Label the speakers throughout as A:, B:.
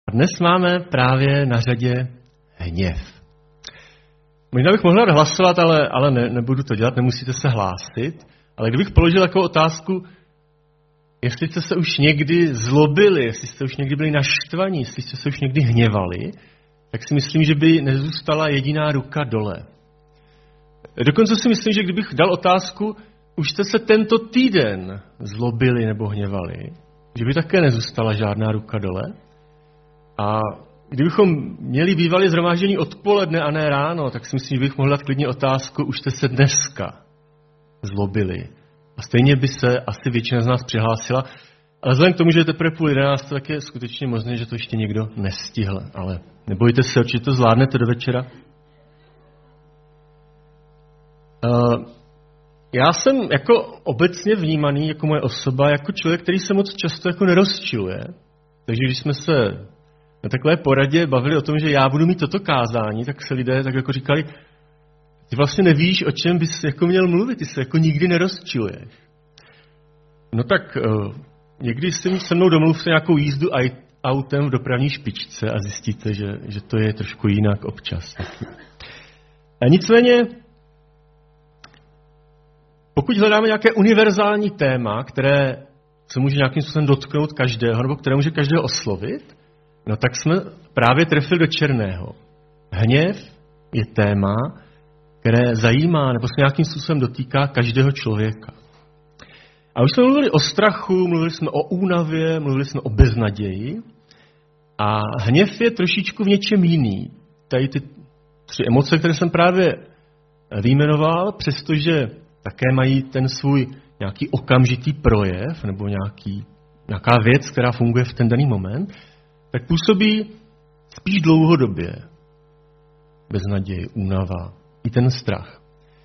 A: A dnes máme právě na řadě hněv. Možná bych mohl hlasovat, ale nebudu to dělat, nemusíte se hlásit. Ale kdybych položil takovou otázku, jestli jste se už někdy zlobili, jestli jste už někdy byli naštvaní, jestli jste se už někdy hněvali, tak si myslím, že by nezůstala jediná ruka dole. Dokonce si myslím, že kdybych dal otázku, už jste se tento týden zlobili nebo hněvali, že by také nezůstala žádná ruka dole. A kdybychom měli bývalé shromáždění odpoledne a ne ráno, tak si myslím, že bych mohl dát klidně otázku, už jste se dneska zlobili. A stejně by se asi většina z nás přihlásila. Ale vzhledem k tomu, že je teprve 10:30, tak je skutečně možné, že to ještě někdo nestihl. Ale nebojte se, určitě to zvládnete do večera. Já jsem jako obecně vnímaný, jako moje osoba, jako člověk, který se moc často jako nerozčiluje. Takže když jsme se na takové poradě bavili o tom, že já budu mít toto kázání, tak se lidé tak jako říkali, ty vlastně nevíš, o čem bys jako měl mluvit, ty se jako nikdy nerozčiluješ. No tak někdy si se mnou domluvte nějakou jízdu autem v dopravní špičce a zjistíte, že to je trošku jinak občas. A nicméně, pokud hledáme nějaké univerzální téma, které se může nějakým způsobem dotknout každého, nebo které může každého oslovit, no tak jsme právě trefili do černého. Hněv je téma, které zajímá nebo se nějakým způsobem dotýká každého člověka. A už jsme mluvili o strachu, mluvili jsme o únavě, mluvili jsme o beznaději a hněv je trošičku v něčem jiný. Tady ty 3 emoce, které jsem právě vyjmenoval, přestože také mají ten svůj nějaký okamžitý projev nebo nějaká věc, která funguje v ten daný moment, tak působí spíš dlouhodobě. Beznaděj, únava, i ten strach.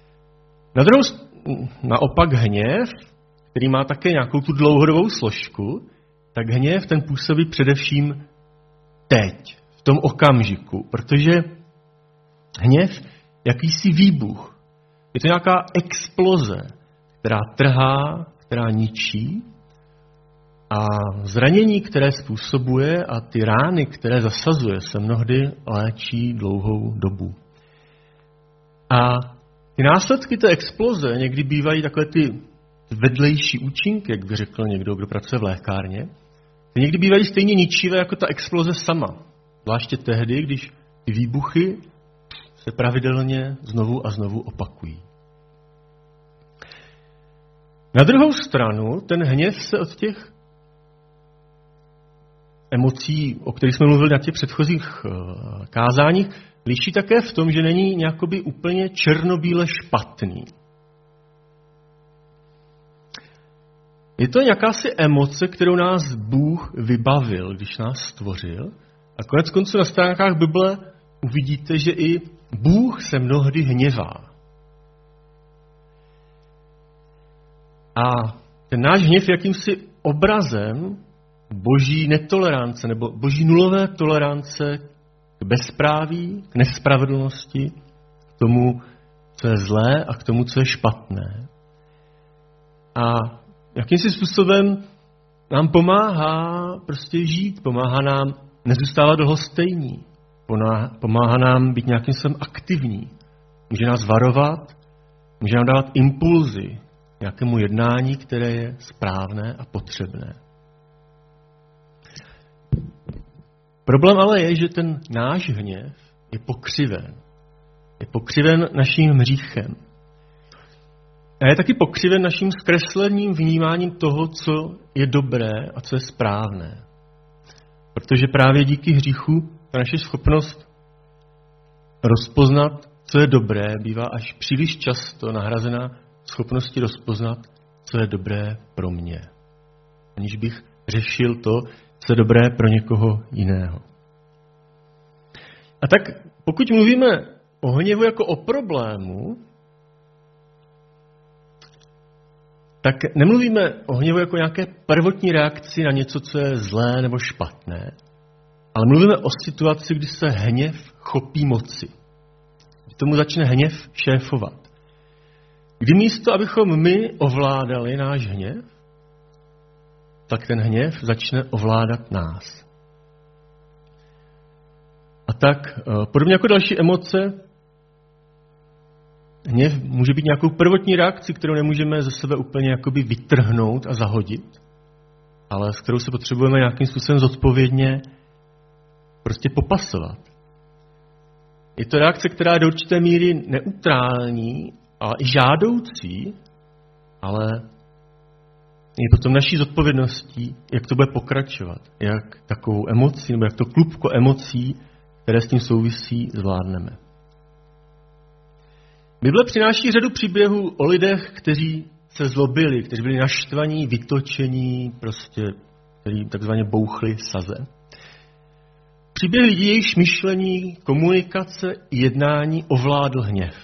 A: Naopak hněv, který má také nějakou tu dlouhodobou složku, tak hněv ten působí především teď, v tom okamžiku, protože hněv jakýsi výbuch. Je to nějaká exploze, která trhá, která ničí a zranění, které způsobuje a ty rány, které zasazuje, se mnohdy léčí dlouhou dobu. A ty následky té exploze někdy bývají takové ty vedlejší účinky, jak by řekl někdo, kdo pracuje v lékárně. Ty někdy bývají stejně ničivé jako ta exploze sama. Zvláště tehdy, když ty výbuchy se pravidelně znovu a znovu opakují. Na druhou stranu, ten hněv se od těch emocí, o kterých jsme mluvili na těch předchozích kázáních, liší také v tom, že není nějakoby úplně černobíle špatný. Je to jakási emoce, kterou nás Bůh vybavil, když nás stvořil. A konec konců na stránkách Bible uvidíte, že i Bůh se mnohdy hněvá. A ten náš hněv je jakýmsi obrazem boží netolerance nebo boží nulové tolerance k bezpráví, k nespravedlnosti, k tomu, co je zlé a k tomu, co je špatné. A jakýmsi způsobem nám pomáhá prostě žít, pomáhá nám nezůstávat lhostejní, pomáhá nám být nějakým způsobem aktivní. Může nás varovat, může nám dávat impulzy nějakému jednání, které je správné a potřebné. Problém ale je, že ten náš hněv je pokřiven. Je pokřiven naším hříchem. A je taky pokřiven naším zkresleným vnímáním toho, co je dobré a co je správné. Protože právě díky hříchu ta naše schopnost rozpoznat, co je dobré, bývá až příliš často nahrazena schopností rozpoznat, co je dobré pro mě. Aniž bych řešil to, co je dobré pro někoho jiného. A tak pokud mluvíme o hněvu jako o problému, tak nemluvíme o hněvu jako nějaké prvotní reakci na něco, co je zlé nebo špatné, ale mluvíme o situaci, kdy se hněv chopí moci. Kdy tomu začne hněv šéfovat. Kdy místo, abychom my ovládali náš hněv, tak ten hněv začne ovládat nás. tak podobně jako další emoce, hněv může být nějakou prvotní reakci, kterou nemůžeme ze sebe úplně jakoby vytrhnout a zahodit, ale s kterou se potřebujeme nějakým způsobem zodpovědně prostě popasovat. Je to reakce, která je do určité míry neutrální, ale i žádoucí, ale je potom naší zodpovědností, jak to bude pokračovat, jak takovou emoci, nebo jak to klubko emocí, které s tím souvisí, zvládneme. Bible přináší řadu příběhů o lidech, kteří se zlobili, kteří byli naštvaní, vytočení, prostě, kteří takzvaně bouchli saze. Příběh lidí, jejichž myšlení, komunikace i jednání ovládl hněv.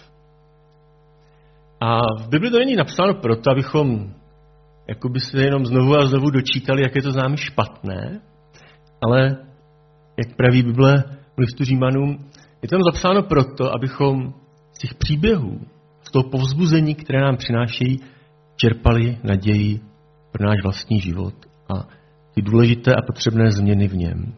A: A v Bibli to není napsáno proto, abychom jakoby se jenom znovu a znovu dočítali, jak je to s námi špatné, ale, jak praví Bible v listu Římanům, je tam zapsáno proto, abychom z těch příběhů, z toho povzbuzení, které nám přinášejí, čerpali naději pro náš vlastní život a ty důležité a potřebné změny v něm.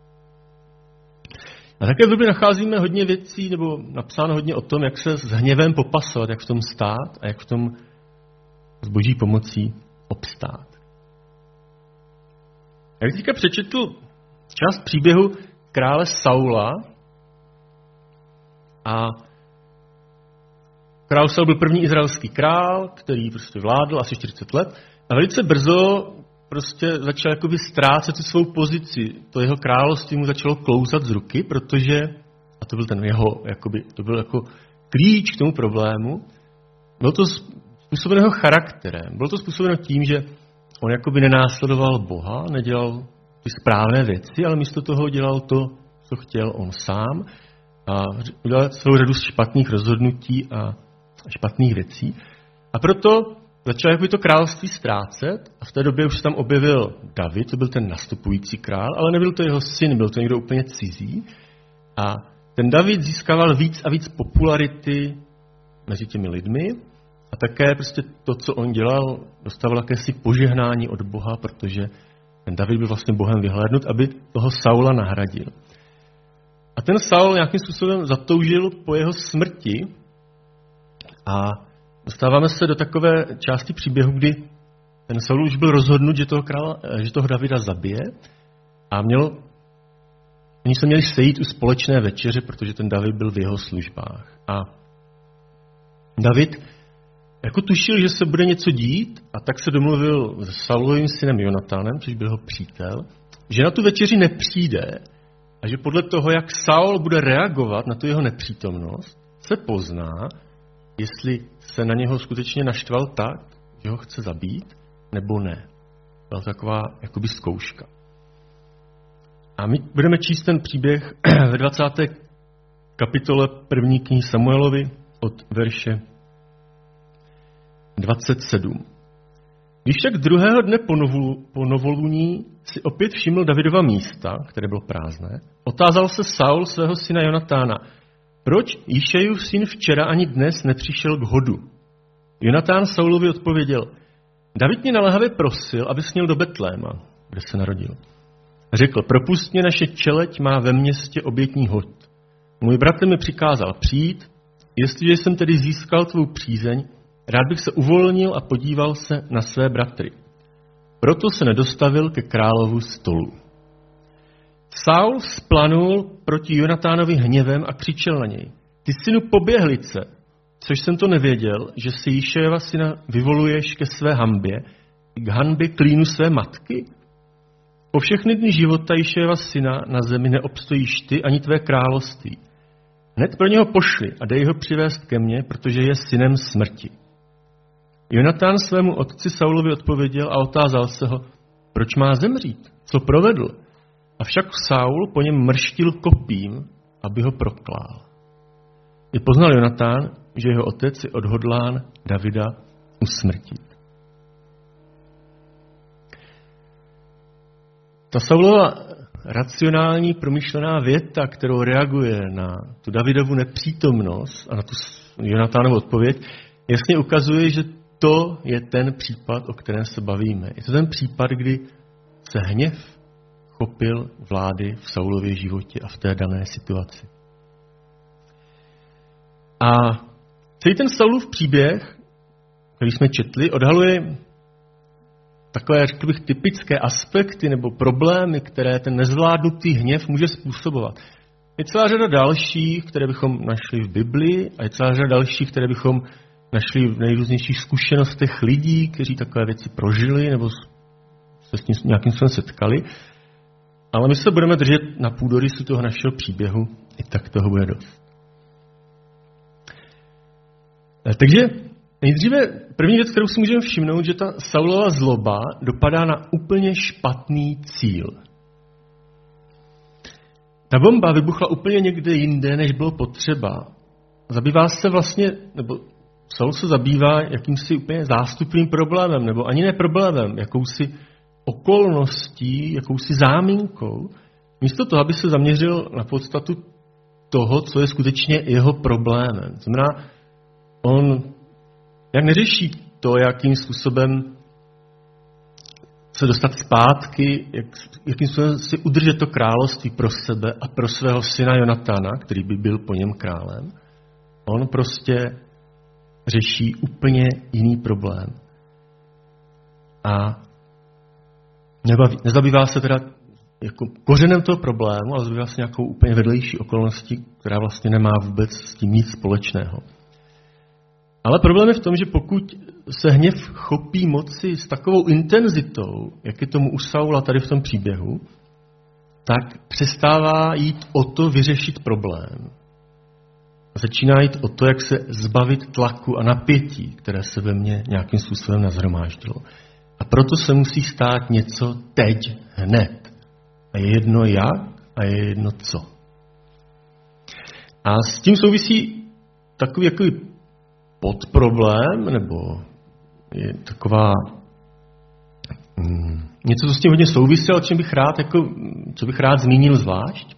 A: A také v Bibli nacházíme hodně věcí, nebo napsáno hodně o tom, jak se s hněvem popasovat, jak v tom stát a jak v tom s Boží pomocí obstát. Já bych teďka přečetl část příběhu krále Saula. A král Saul byl první izraelský král, který prostě vládl asi 40 let. A velice brzo prostě začal jakoby ztrácet tu svou pozici. To jeho království mu začalo klouzat z ruky, protože, a to byl ten jeho, jakoby, to byl jako klíč k tomu problému, bylo to způsobeno jeho charakterem. Bylo to způsobeno tím, že on jakoby nenásledoval Boha, nedělal ty správné věci, ale místo toho dělal to, co chtěl on sám a udělal celou řadu špatných rozhodnutí a špatných věcí. A proto začal jakoby to království ztrácet a v té době už se tam objevil David, to byl ten nastupující král, ale nebyl to jeho syn, byl to někdo úplně cizí. A ten David získával víc a víc popularity mezi těmi lidmi a také prostě to, co on dělal, dostával jakési požehnání od Boha, protože ten David byl vlastně Bohem vyhlédnut, aby toho Saula nahradil. A ten Saul nějakým způsobem zatoužil po jeho smrti a dostáváme se do takové části příběhu, kdy ten Saul už byl rozhodnut, že toho Davida zabije a oni se měli sejít u společné večeře, protože ten David byl v jeho službách. A David jako tušil, že se bude něco dít a tak se domluvil s Saulovým synem Jonatánem, což byl jeho přítel, že na tu večeři nepřijde a že podle toho, jak Saul bude reagovat na tu jeho nepřítomnost, se pozná, jestli se na něho skutečně naštval tak, že ho chce zabít, nebo ne. Byla taková jakoby zkouška. A my budeme číst ten příběh ve 20. kapitole 1. knihy Samuelovi od verše 27. Když však druhého dne po novoluní si opět všiml Davidova místa, které bylo prázdné, otázal se Saul svého syna Jonatána, proč Jíšejův syn včera ani dnes nepřišel k hodu? Jonatán Saulovi odpověděl, David mě naléhavě prosil, aby sněl do Betléma, kde se narodil. Řekl, propust mě, naše čeleď má ve městě obětní hod. Můj bratr mi přikázal přijít, jestliže jsem tedy získal tvou přízeň, rád bych se uvolnil a podíval se na své bratry. Proto se nedostavil ke královu stolu. Saul splanul proti Jonatánovi hněvem a křičel na něj. Ty synu poběhlice, což jsem to nevěděl, že si Jíšejova syna vyvoluješ ke své hanbě, k hanbě klínu své matky? Po všechny dny života Jíšejova syna na zemi neobstojíš ty ani tvé království. Hned pro něho pošli a dej ho přivést ke mně, protože je synem smrti. Jonatán svému otci Saulovi odpověděl a otázal se ho, proč má zemřít, co provedl. Avšak Saul po něm mrštil kopím, aby ho proklál. I poznal Jonatán, že jeho otec je odhodlán Davida usmrtit. Ta Saulova racionální promyšlená věta, kterou reaguje na tu Davidovu nepřítomnost a na tu Jonatánovu odpověď, jasně ukazuje, že to je ten případ, o kterém se bavíme. Je to ten případ, kdy se hněv chopil vlády v Saulově životě a v té dané situaci. A celý ten Saulův příběh, který jsme četli, odhaluje takové, řekl bych, typické aspekty nebo problémy, které ten nezvládnutý hněv může způsobovat. Je celá řada dalších, které bychom našli v Biblii, a je celá řada dalších, které bychom našli v nejrůznějších zkušenostech lidí, kteří takové věci prožili nebo se s tím nějakým způsobem setkali. Ale my se budeme držet na půdorysu toho našeho příběhu, i tak toho bude dost. Takže nejdříve první věc, kterou si můžeme všimnout, že ta Saulova zloba dopadá na úplně špatný cíl. Ta bomba vybuchla úplně někde jinde, než bylo potřeba. Zabývá se vlastně, nebo Saul se zabývá jakýmsi úplně zástupným problémem, nebo ani ne problémem, jakousi okolností, jakousi záminkou, místo toho, aby se zaměřil na podstatu toho, co je skutečně jeho problémem. Znamená, on jak neřeší to, jakým způsobem se dostat zpátky, jakým způsobem si udržet to království pro sebe a pro svého syna Jonatana, který by byl po něm králem. On prostě řeší úplně jiný problém. A nezabývá se teda jako kořenem toho problému, ale zabývá se nějakou úplně vedlejší okolností, která vlastně nemá vůbec s tím nic společného. Ale problém je v tom, že pokud se hněv chopí moci s takovou intenzitou, jak je tomu u Saula tady v tom příběhu, tak přestává jít o to vyřešit problém. Začíná jít o to, jak se zbavit tlaku a napětí, které se ve mně nějakým způsobem nazhromáždilo. A proto se musí stát něco teď, hned. A je jedno jak a je jedno co. A s tím souvisí takový podproblém, nebo je taková něco, co s tím hodně souvisí, ale co bych rád zmínil zvlášť.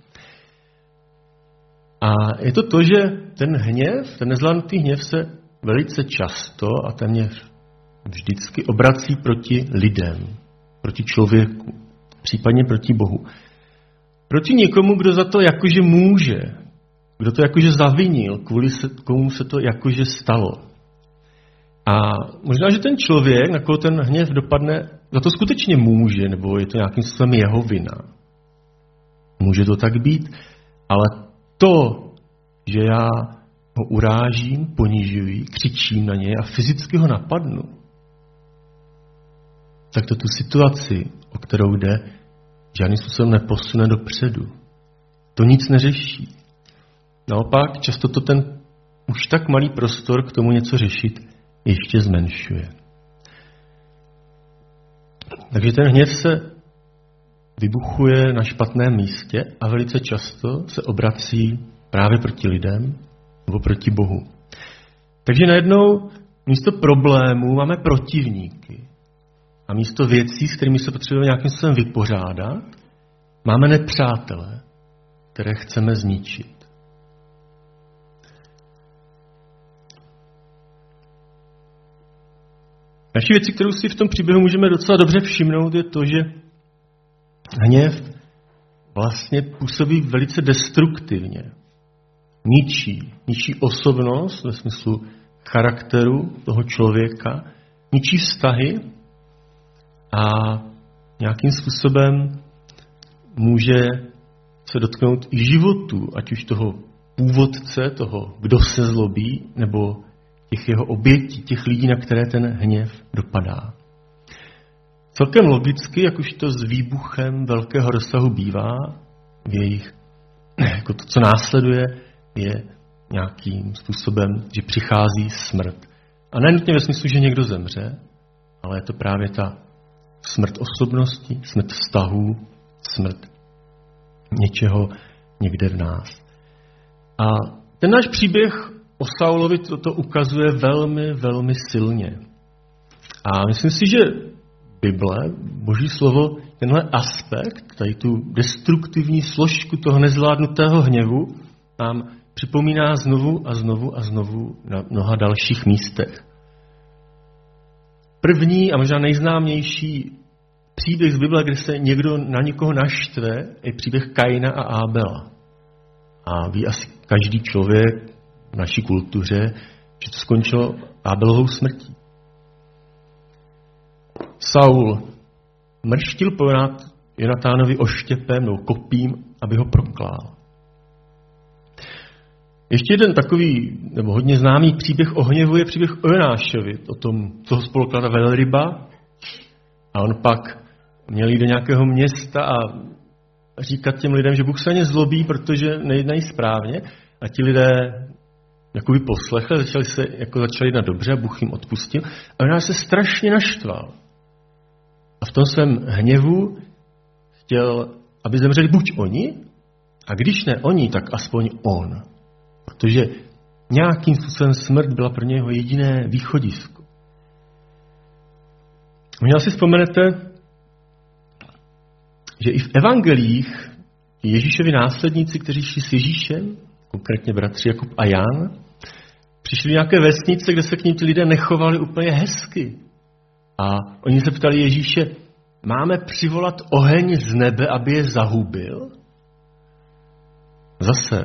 A: A je to, že ten hněv, ten nezvládnutý hněv se velice často a téměř vždycky obrací proti lidem, proti člověku, případně proti Bohu. Proti někomu, kdo za to jakože může, kdo to jakože zavinil, komu se to jakože stalo. A možná, že ten člověk, na koho ten hněv dopadne, za to skutečně může, nebo je to nějakým způsobem jeho vina. Může to tak být, ale to, že já ho urážím, ponižuji, křičím na něj a fyzicky ho napadnu, tak to tu situaci, o kterou jde, žádným způsobem neposune dopředu. To nic neřeší. Naopak, často to ten už tak malý prostor k tomu něco řešit ještě zmenšuje. Takže ten hněv se vybuchuje na špatném místě a velice často se obrací právě proti lidem nebo proti Bohu. Takže najednou místo problémů máme protivníky. A místo věcí, s kterými se potřebujeme nějakým způsobem vypořádat, máme nepřátele, které chceme zničit. Další věci, kterou si v tom příběhu můžeme docela dobře všimnout, je to, že hněv vlastně působí velice destruktivně. Ničí osobnost ve smyslu charakteru toho člověka, ničí vztahy a nějakým způsobem může se dotknout i životu, ať už toho původce, toho, kdo se zlobí, nebo těch jeho obětí, těch lidí, na které ten hněv dopadá. Celkem logicky, jak už to s výbuchem velkého rozsahu bývá, v jejich, jako to, co následuje, je nějakým způsobem, že přichází smrt. A ne nutně ve smyslu, že někdo zemře, ale je to právě ta smrt osobnosti, smrt vztahů, smrt něčeho někde v nás. A ten náš příběh o Saulovi toto ukazuje velmi, velmi silně. A myslím si, že Bible, Boží slovo, tenhle aspekt, tady tu destruktivní složku toho nezvládnutého hněvu, nám připomíná znovu a znovu a znovu na mnoha dalších místech. První a možná nejznámější příběh z Bible, kde se někdo na někoho naštve, je příběh Kaina a Ábela. A ví asi každý člověk v naší kultuře, že to skončilo Ábelovou smrtí. Saul mrštil po Jonatánovi oštěpem nebo kopím, aby ho proklál. Ještě jeden takový, nebo hodně známý příběh o hněvu je příběh o Jonášovi, o tom, co ho spolukládá velryba. A on pak měl jít do nějakého města a říkat těm lidem, že Bůh se na ně zlobí, protože nejednají správně. A ti lidé jakoby poslechli, začali jednat dobře a Bůh jim odpustil. A Jonáš se strašně naštval. A v tom svém hněvu chtěl, aby zemřeli buď oni, a když ne oni, tak aspoň on. Protože nějakým způsobem smrt byla pro něho jediné východisko. Možná si vzpomenete, že i v evangelích Ježíšovi následníci, kteří šli s Ježíšem, konkrétně bratři Jakub a Jan, přišli do nějaké vesnice, kde se k ním ty lidé nechovali úplně hezky. A oni se ptali Ježíše, máme přivolat oheň z nebe, aby je zahubil? Zase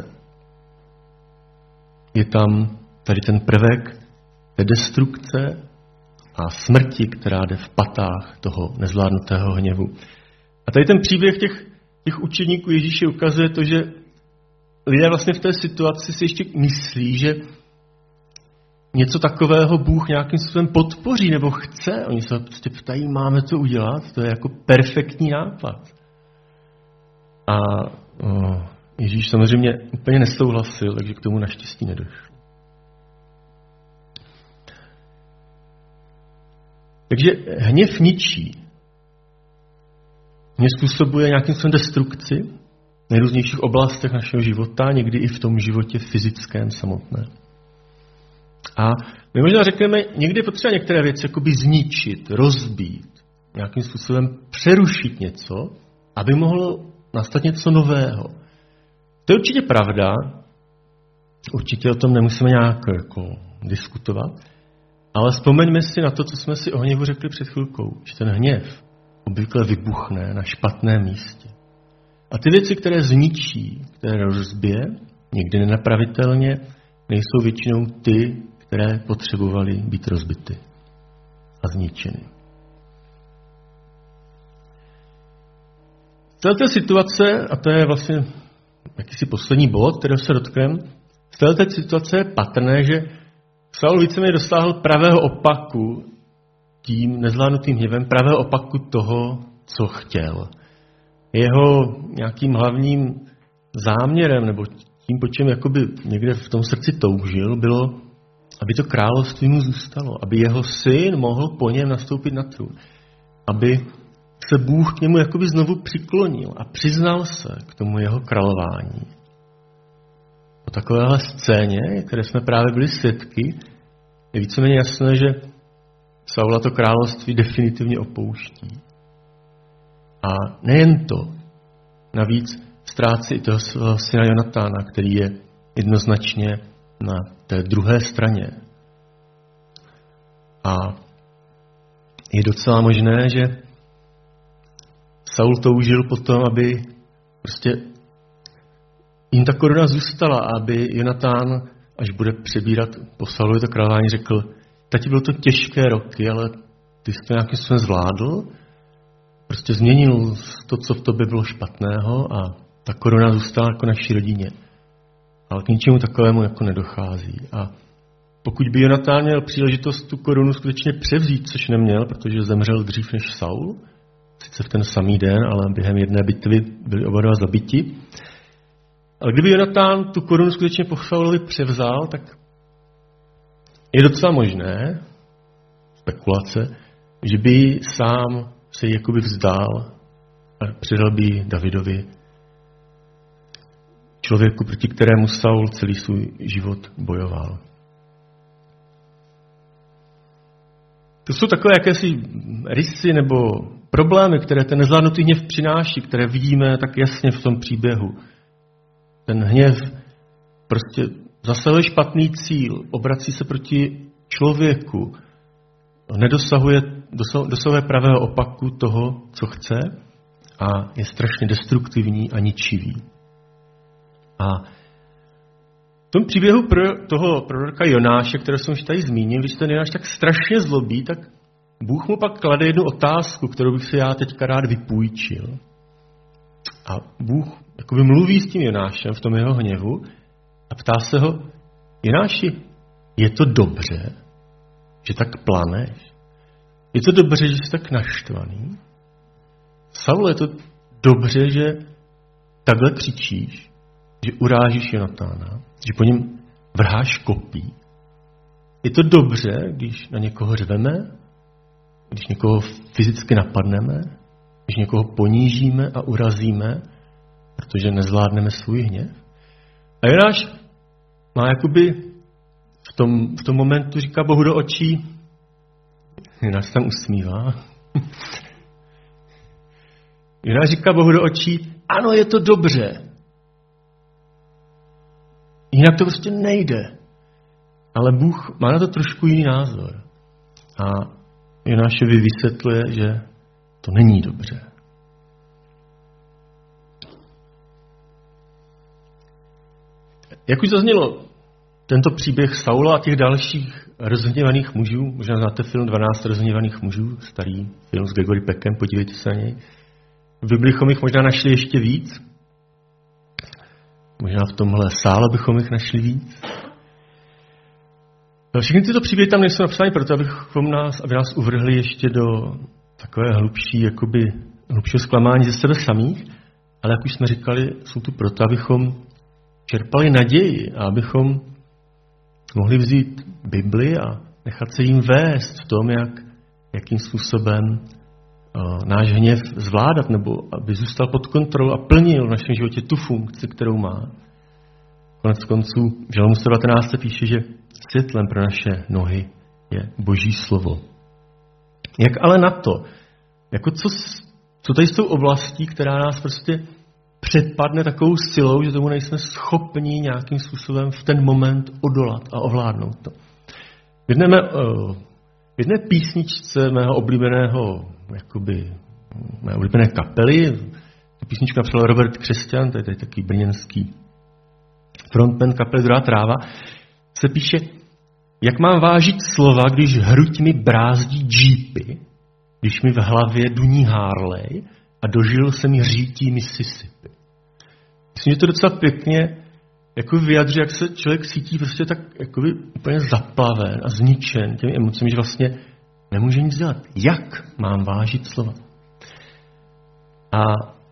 A: je tam tady ten prvek té destrukce a smrti, která jde v patách toho nezvládnutého hněvu. A tady ten příběh těch učeníků Ježíše ukazuje to, že lidé vlastně v té situaci si ještě myslí, že něco takového Bůh nějakým způsobem podpoří nebo chce. Oni se prostě ptají, máme to udělat? To je jako perfektní nápad. A Ježíš samozřejmě úplně nesouhlasil, takže k tomu naštěstí nedošlo. Takže hněv ničí. Hněv způsobuje nějakým způsobem destrukci v nejrůznějších oblastech našeho života, někdy i v tom životě fyzickém samotném. A my možná řekneme, někdy je potřeba některé věci jakoby zničit, rozbít, nějakým způsobem přerušit něco, aby mohlo nastat něco nového. To je určitě pravda, určitě o tom nemusíme nějak jako diskutovat, ale vzpomeňme si na to, co jsme si o hněvu řekli před chvilkou, že ten hněv obvykle vybuchne na špatném místě. A ty věci, které zničí, které rozbije, někdy nenapravitelně, nejsou většinou ty, které potřebovaly být rozbity a zničeny. Z této situace, a to je vlastně jakýsi poslední bod, kterého se dotkneme, z této situace je patrné, že Saul víceméně dosáhl pravého opaku tím nezvládnutým hněvem, pravého opaku toho, co chtěl. Jeho nějakým hlavním záměrem, nebo tím, po čem jakoby někde v tom srdci toužil, bylo, aby to království mu zůstalo, aby jeho syn mohl po něm nastoupit na trůn, aby se Bůh k němu jakoby znovu přiklonil a přiznal se k tomu jeho králování. Po takovéhle scéně, které jsme právě byli svědky, je víceméně jasné, že Saula to království definitivně opouští. A nejen to, navíc ztrácí i toho svého syna Jonatána, který je jednoznačně na té druhé straně. A je docela možné, že Saul toužil potom, aby prostě jim ta koruna zůstala, aby Jonatán, až bude přebírat po Saulovi to králování, řekl, tati, bylo to těžké roky, ale ty jsi to nějakým způsobem zvládl, prostě změnil to, co v tobě bylo špatného a ta koruna zůstala jako naší rodině. Ale k ničemu takovému jako nedochází. A pokud by Jonatán měl příležitost tu korunu skutečně převzít, což neměl, protože zemřel dřív než Saul, sice v ten samý den, ale během jedné bitvy byli oba dva zabiti. Ale kdyby Jonatán tu korunu skutečně po Saulovi převzal, tak je docela možné, spekulace, že by sám se jakoby vzdál a předal by Davidovi, člověku, proti kterému Saul celý svůj život bojoval. To jsou takové jakési rysy nebo problémy, které ten nezvládnutý hněv přináší, které vidíme tak jasně v tom příběhu. Ten hněv prostě zasahuje špatný cíl, obrací se proti člověku, nedosahuje dosahuje pravého opaku toho, co chce a je strašně destruktivní a ničivý. A v tom příběhu toho proroka Jonáše, kterého jsem už tady zmínil, když ten Jonáš tak strašně zlobí, tak Bůh mu pak klade jednu otázku, kterou bych si já teďka rád vypůjčil. A Bůh jakoby mluví s tím Jonášem v tom jeho hněvu a ptá se ho: Jonáši, je to dobře, že tak planeš? Je to dobře, že jsi tak naštvaný? Saule, je to dobře, že takhle křičíš, že urážíš Jonatána, že po něm vrháš kopí? Je to dobře, když na někoho řveme, když někoho fyzicky napadneme, když někoho ponížíme a urazíme, protože nezvládneme svůj hněv? A Jonáš má jakoby v tom momentu říká Bohu do očí, Jonáš se tam usmívá, Jonáš říká Bohu do očí, ano, je to dobře. Jinak to prostě nejde. Ale Bůh má na to trošku jiný názor. A Jonášovi vysvětluje, že to není dobře. Jak už zaznělo, tento příběh Saula a těch dalších rozhněvaných mužů, možná znáte film 12 rozhněvaných mužů, starý film s Gregory Peckem, podívejte se na něj. V Biblii bychom jich možná našli ještě víc. Možná v tomhle sále bychom jich našli víc. Všechny tyto příběhy tam nejsou napsány proto, aby nás uvrhli ještě do takové hlubšího zklamání ze sebe samých, ale jak už jsme říkali, jsou tu proto, abychom čerpali naději a abychom mohli vzít Bibli a nechat se jim vést v tom, jakým způsobem náš hněv zvládat, nebo aby zůstal pod kontrolou a plnil v našem životě tu funkci, kterou má. Konec konců v Žalmu 119 se píše, že světlem pro naše nohy je Boží slovo. Jak ale na to? Co tady s tou oblastí, která nás prostě předpadne takovou silou, že tomu nejsme schopni nějakým způsobem v ten moment odolat a ovládnout to. V jedné písničce mé oblíbené kapely, tu písničku napsal Robert Křesťan, to je tady takový brněnský frontman kapely Druhá tráva, se píše: jak mám vážit slova, když hruď mi brázdí džípy, když mi v hlavě duní Harley a dožil se mi řítí Mississippi. Myslím, že to docela pěkně vyjadřuje, jak se člověk cítí prostě tak úplně zaplaven a zničen těmi emocemi, že vlastně nemůže nic dělat. Jak mám vážit slova? A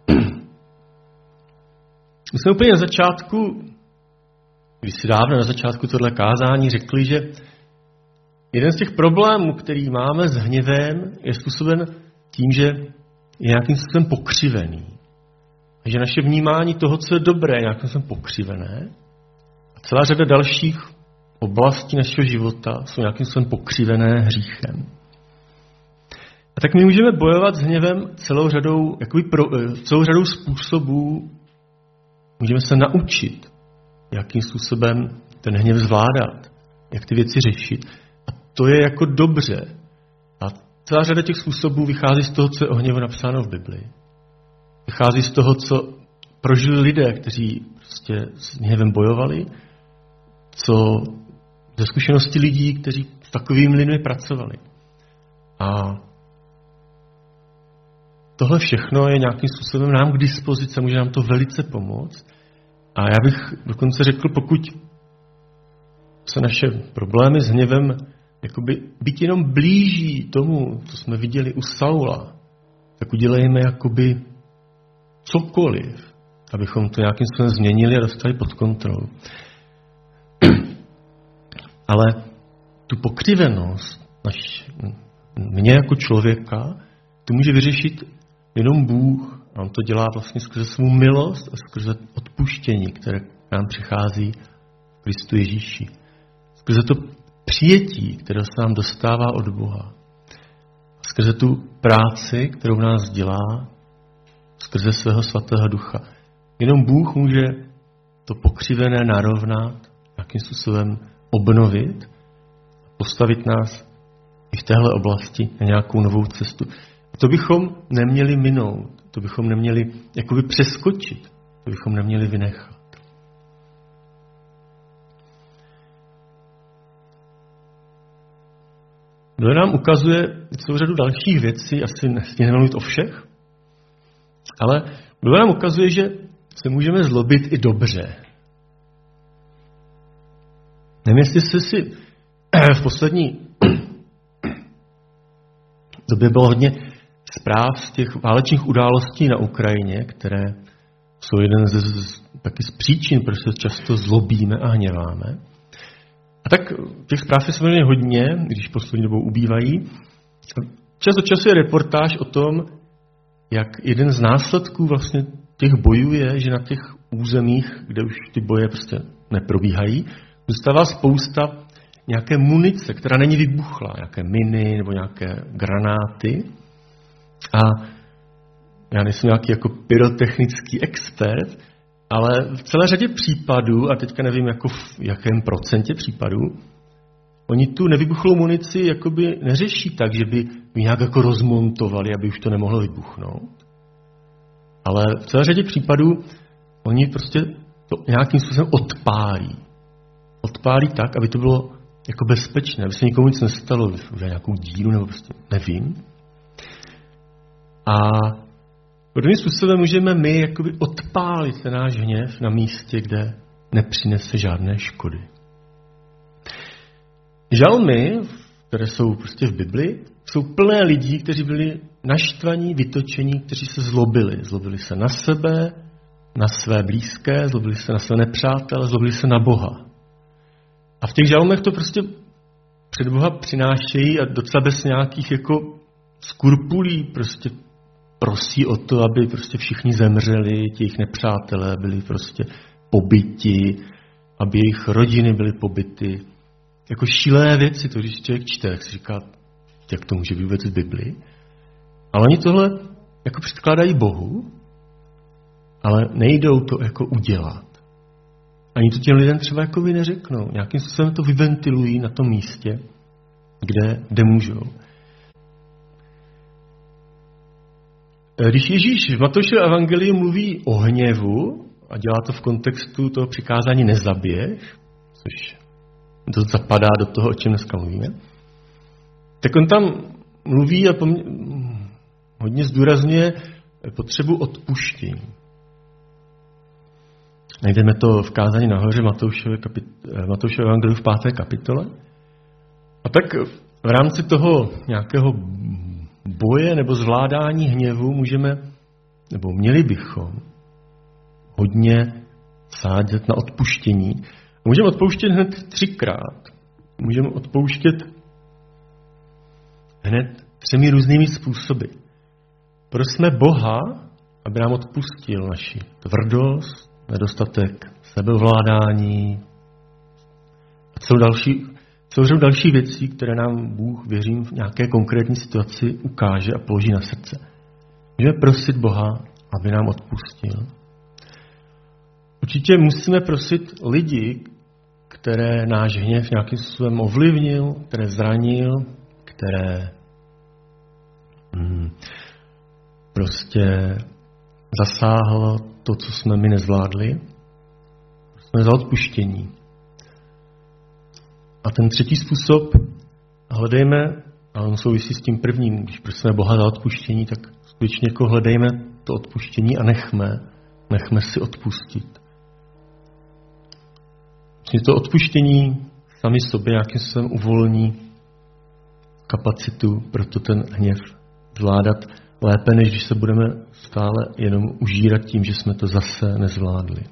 A: my jsme úplně na začátku, kdysi dávno na začátku tohle kázání řekli, že jeden z těch problémů, který máme s hněvem, je způsoben tím, že je nějakým způsobem pokřivený. A že naše vnímání toho, co je dobré, je nějakým způsobem pokřivené. A celá řada dalších oblastí našeho života jsou nějakým způsobem pokřivené hříchem. A tak my můžeme bojovat s hněvem celou řadou způsobů. Můžeme se naučit, jakým způsobem ten hněv zvládat, jak ty věci řešit. A to je dobře. A celá řada těch způsobů vychází z toho, co je o hněvu napsáno v Biblii. Vychází z toho, co prožili lidé, kteří prostě s hněvem bojovali, co ze zkušenosti lidí, kteří s takovými lidmi pracovali. A tohle všechno je nějakým způsobem nám k dispozici, může nám to velice pomoct. A já bych dokonce řekl, pokud se naše problémy s hněvem byť jenom blíží tomu, co jsme viděli u Saula, tak udělejme cokoliv, abychom to nějakým způsobem změnili a dostali pod kontrolu. Ale tu pokřivenost mě jako člověka, to může vyřešit jenom Bůh. A on to dělá vlastně skrze svou milost a skrze odpuštění, které nám přichází v Kristu Ježíši. Skrze to přijetí, které se nám dostává od Boha. Skrze tu práci, kterou v nás dělá, skrze svého svatého ducha. Jenom Bůh může to pokřivené narovnat, nějakým způsobem obnovit, postavit nás i v téhle oblasti na nějakou novou cestu. A to bychom neměli minout, to bychom neměli jakoby přeskočit, to bychom neměli vynechat. Bible nám ukazuje celou řadu dalších věcí, asi nestihneme mluvit o všech, ale Bible nám ukazuje, že se můžeme zlobit i dobře. Nevím, jestli jste si v poslední době bylo hodně zpráv z těch válečných událostí na Ukrajině, které jsou jeden taky z příčin, proč se často zlobíme a hněváme. A tak těch zpráv je samozřejmě hodně, když poslední dobou ubývají. Čas od času je reportáž o tom, jak jeden z následků vlastně těch bojů je, že na těch územích, kde už ty boje prostě neprobíhají, zůstává spousta nějaké munice, která není vybuchla, nějaké miny nebo nějaké granáty. A já nejsem nějaký jako pyrotechnický expert, ale v celé řadě případů, a teďka nevím jako v jakém procentě případů, oni tu nevybuchlou munici jakoby neřeší tak, že by ji nějak jako rozmontovali, aby už to nemohlo vybuchnout. Ale v celé řadě případů oni prostě to nějakým způsobem odpálí. Odpálí tak, aby to bylo jako bezpečné, aby se nikomu nic nestalo, v nějakou díru nebo prostě nevím. A podobným způsobem můžeme my jakoby odpálit ten náš hněv na místě, kde nepřinese žádné škody. Žalmy, které jsou prostě v Bibli, jsou plné lidí, kteří byli naštvaní, vytočení, kteří se zlobili. Zlobili se na sebe, na své blízké, zlobili se na své nepřátele, zlobili se na Boha. A v těch žalmech to prostě před Boha přinášejí a docela bez nějakých jako skrupulí prostě prosí o to, aby prostě všichni zemřeli, ti jejich nepřátelé byli prostě pobyti, aby jejich rodiny byly pobity. Jako šílené věci, to když člověk čte, jak si říká, jak to může být vůbec v Biblii. Ale oni tohle jako předkládají Bohu, ale nejdou to jako udělat. Ani to těm lidem třeba jako by neřeknou. Nějakým způsobem to vyventilují na tom místě, kde můžou. Když Ježíš v Matoušově evangeliu mluví o hněvu a dělá to v kontextu toho přikázání nezabiješ, což to zapadá do toho, o čem dneska mluvíme, tak on tam mluví a hodně zdůrazňuje potřebu odpuštění. Najdeme to v kázání nahoře Matoušově evangeliu v 5. kapitole. A tak v rámci toho nějakého boje nebo zvládání hněvu měli bychom hodně sádět na odpuštění. Můžeme odpouštět hned 3krát. Můžeme odpouštět hned 3 různými způsoby. Prosme Boha, aby nám odpustil naši tvrdost, nedostatek sebevládání a celou řadu dalších věcí, které nám Bůh, věřím, v nějaké konkrétní situaci ukáže a položí na srdce. Můžeme prosit Boha, aby nám odpustil. Určitě musíme prosit lidi, které náš hněv nějakým způsobem ovlivnil, které zranil, které prostě zasáhlo to, co jsme my nezvládli. Prosíme za odpuštění. A ten třetí způsob hledejme, a on souvisí s tím prvním, když prosíme Boha za odpuštění, tak skutečně jako hledejme to odpuštění a nechme si odpustit. To odpuštění sami sobě nějakým způsobem uvolní kapacitu pro to ten hněv zvládat lépe, než když se budeme stále jenom užírat tím, že jsme to zase nezvládli.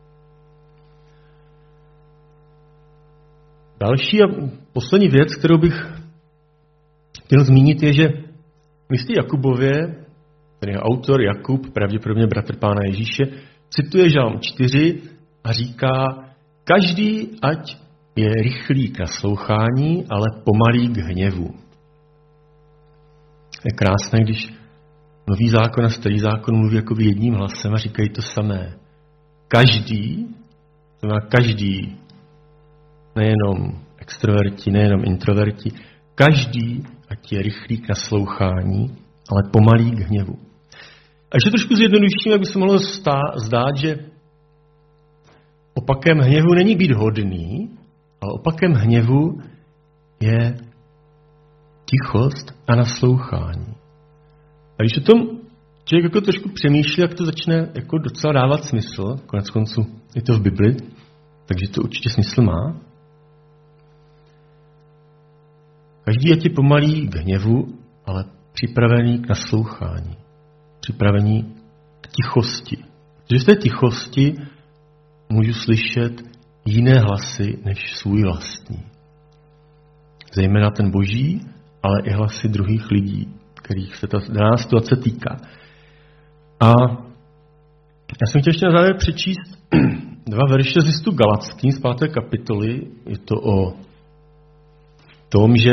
A: Další a poslední věc, kterou bych chtěl zmínit, je, že v listě Jakubově, ten je autor Jakub, pravděpodobně bratr Pána Ježíše, cituje Žalm 4 a říká: každý ať je rychlý k naslouchání, ale pomalý k hněvu. Je krásné, když Nový zákon a Starý zákon mluví jakoby jedním hlasem a říkají to samé. Každý, nejenom extroverti, nejenom introverti, každý, ať je rychlý k naslouchání, ale pomalý k hněvu. A ještě trošku zjednoduším, jak by se mohlo zdát, že opakem hněvu není být hodný, ale opakem hněvu je tichost a naslouchání. A když o tom člověk jako trošku přemýšlí, jak to začne jako docela dávat smysl, konec konců je to v Bibli, takže to určitě smysl má. Každý je ti pomalý k hněvu, ale připravený k naslouchání. Připravený k tichosti. Protože z té tichosti můžu slyšet jiné hlasy než svůj vlastní. Zejména ten boží, ale i hlasy druhých lidí, kterých se ta daná situace týká. A já jsem chtěl ještě na závěr přečíst 2 verše z listu Galatským z 5. kapitoly. Je to o tom, že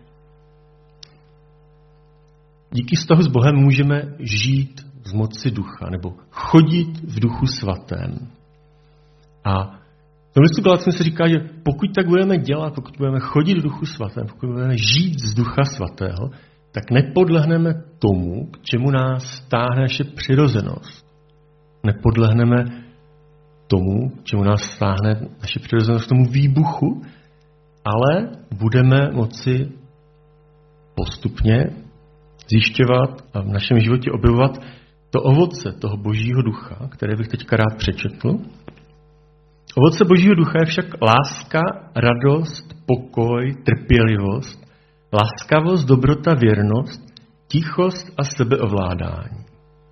A: díky vztahu s Bohem můžeme žít z moci ducha, nebo chodit v duchu svatém. A v tom listu Galatským se říká, že pokud tak budeme dělat, pokud budeme chodit v duchu svatém, pokud budeme žít z ducha svatého, tak nepodlehneme tomu, k čemu nás táhne naše přirozenost. Nepodlehneme tomu, k čemu nás táhne naše přirozenost, k tomu výbuchu, ale budeme moci postupně zjišťovat a v našem životě objevovat to ovoce toho božího ducha, které bych teďka rád přečetl. Ovoce božího ducha je však láska, radost, pokoj, trpělivost, laskavost, dobrota, věrnost, tichost a sebeovládání.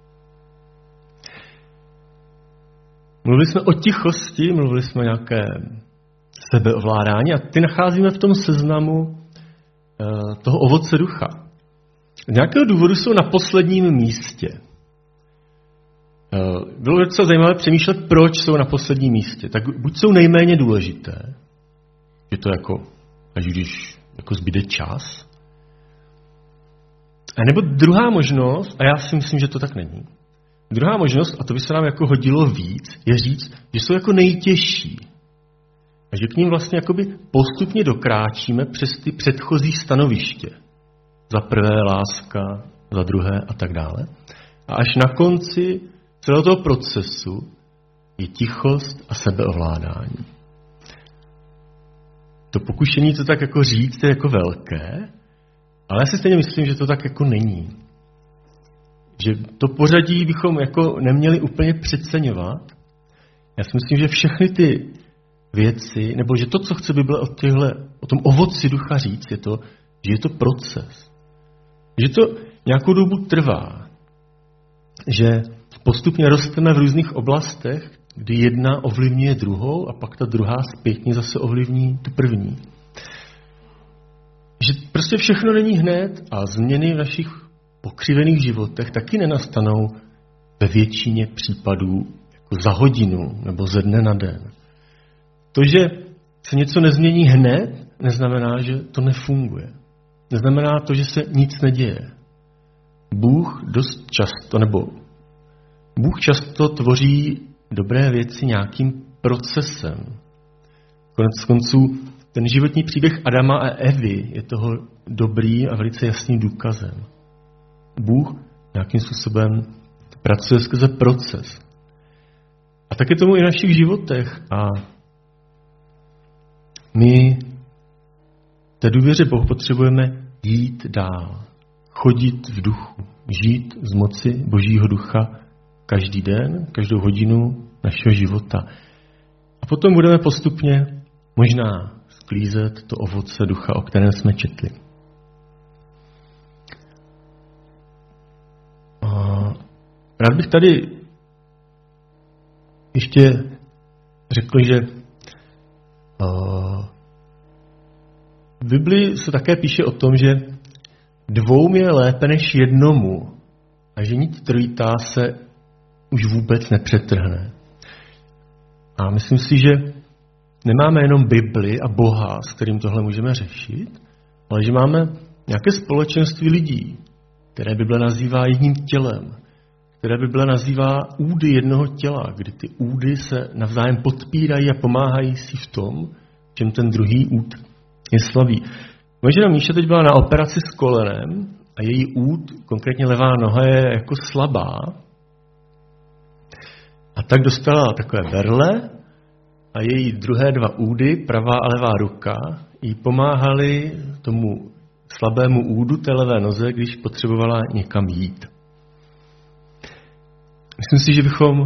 A: Mluvili jsme o tichosti, mluvili jsme o nějaké sebeovládání a ty nacházíme v tom seznamu toho ovoce ducha. Z nějakého důvodu jsou na posledním místě. Bylo docela zajímavé přemýšlet, proč jsou na posledním místě. Tak buď jsou nejméně důležité, že to jako, až když jako zbyde čas. A nebo druhá možnost, a já si myslím, že to tak není, druhá možnost, a to by se nám jako hodilo víc, je říct, že jsou jako nejtěžší. A že k ním vlastně jakoby postupně dokráčíme přes ty předchozí stanoviště. Za prvé láska, za druhé a tak dále. A až na konci celého toho procesu je tichost a sebeovládání. To pokušení to tak jako říct je jako velké, ale já si stejně myslím, že to tak jako není. Že to pořadí bychom jako neměli úplně přeceňovat. Já si myslím, že všechny ty věci, nebo že to, co chce Bible o tom ovoci ducha říct, je to, že je to proces. Že to nějakou dobu trvá. Že postupně rosteme v různých oblastech, kdy jedna ovlivňuje druhou a pak ta druhá zpětně zase ovlivní tu první. Že prostě všechno není hned a změny v našich pokřivených životech taky nenastanou ve většině případů jako za hodinu nebo ze dne na den. To, že se něco nezmění hned, neznamená, že to nefunguje. Neznamená to, že se nic neděje. Bůh často tvoří dobré věci nějakým procesem. Konec konců ten životní příběh Adama a Evy je toho dobrý a velice jasným důkazem. Bůh nějakým způsobem pracuje skrze proces. A tak je tomu i v našich životech. A my té důvěře Bohu potřebujeme jít dál. Chodit v duchu. Žít z moci Božího ducha každý den, každou hodinu našeho života. A potom budeme postupně možná sklízet to ovoce ducha, o kterém jsme četli. Rád bych tady ještě řekl, že v Biblii se také píše o tom, že 2 je lépe než 1 a že niť trojitá se už vůbec nepřetrhne. A myslím si, že nemáme jenom Bibli a Boha, s kterým tohle můžeme řešit, ale že máme nějaké společenství lidí, které Bible nazývá jedním tělem, které Bible nazývá údy jednoho těla, kdy ty údy se navzájem podpírají a pomáhají si v tom, čem ten druhý úd je slabý. Moje žena Míša teď byla na operaci s kolenem a její úd, konkrétně levá noha, je jako slabá. A tak dostala takové berle a její druhé dva údy, pravá a levá ruka, jí pomáhaly tomu slabému údu té levé noze, když potřebovala někam jít. Myslím si, že bychom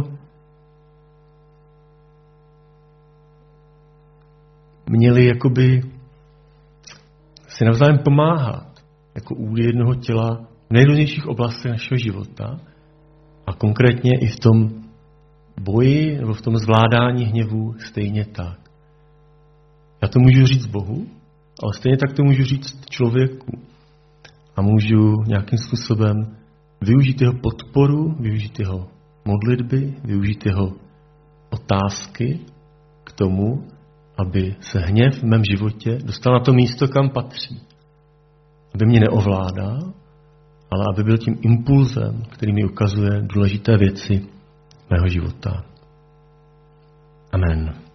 A: měli jakoby si navzájem pomáhat jako údy jednoho těla v nejrůznějších oblastech našeho života a konkrétně i v tom boji nebo v tom zvládání hněvu stejně tak. Já to můžu říct Bohu, ale stejně tak to můžu říct člověku. A můžu nějakým způsobem využít jeho podporu, využít jeho modlitby, využít jeho otázky k tomu, aby se hněv v mém životě dostal na to místo, kam patří. Aby mě neovládal, ale aby byl tím impulzem, který mi ukazuje důležité věci mého života. Amen.